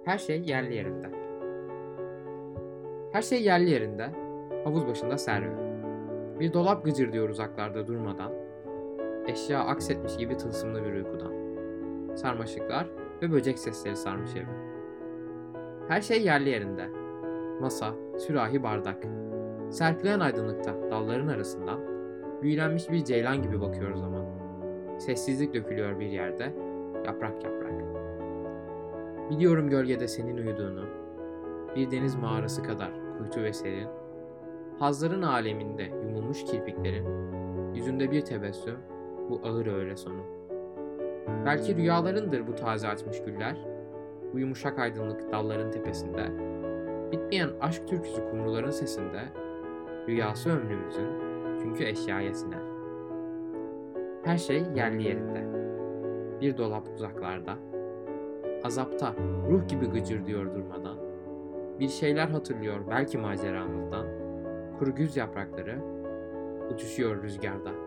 Her şey yerli yerinde. Her şey yerli yerinde. Havuz başında Servi. Bir dolap gıcırdıyor uzaklarda durmadan. Eşya aksetmiş gibi tılsımlı bir uykudan. Sarmaşıklar ve böcek sesleri sarmış evi. Her şey yerli yerinde. Masa, sürahi, bardak. Serpilen aydınlıkta dalların arasından büyülenmiş bir ceylan gibi bakıyor zaman. Sessizlik dökülüyor bir yerde, yaprak yaprak. Biliyorum gölgede senin uyuduğunu, bir deniz mağarası kadar kuytu ve serin. Hazların aleminde yumulmuş kirpiklerin, yüzünde bir tebessüm, bu ağır öğle sonu. Belki rüyalarındır bu taze açmış güller, bu yumuşak aydınlık dalların tepesinde, bitmeyen aşk türküsü kumruların sesinde, rüyası ömrümüzün, çünkü eşyaya siner. Her şey yerli yerinde, bir dolap uzaklarda, azapta ruh gibi gıcırdıyor durmadan, bir şeyler hatırlıyor belki maceramızdan, kuru güz yaprakları uçuşuyor rüzgarda.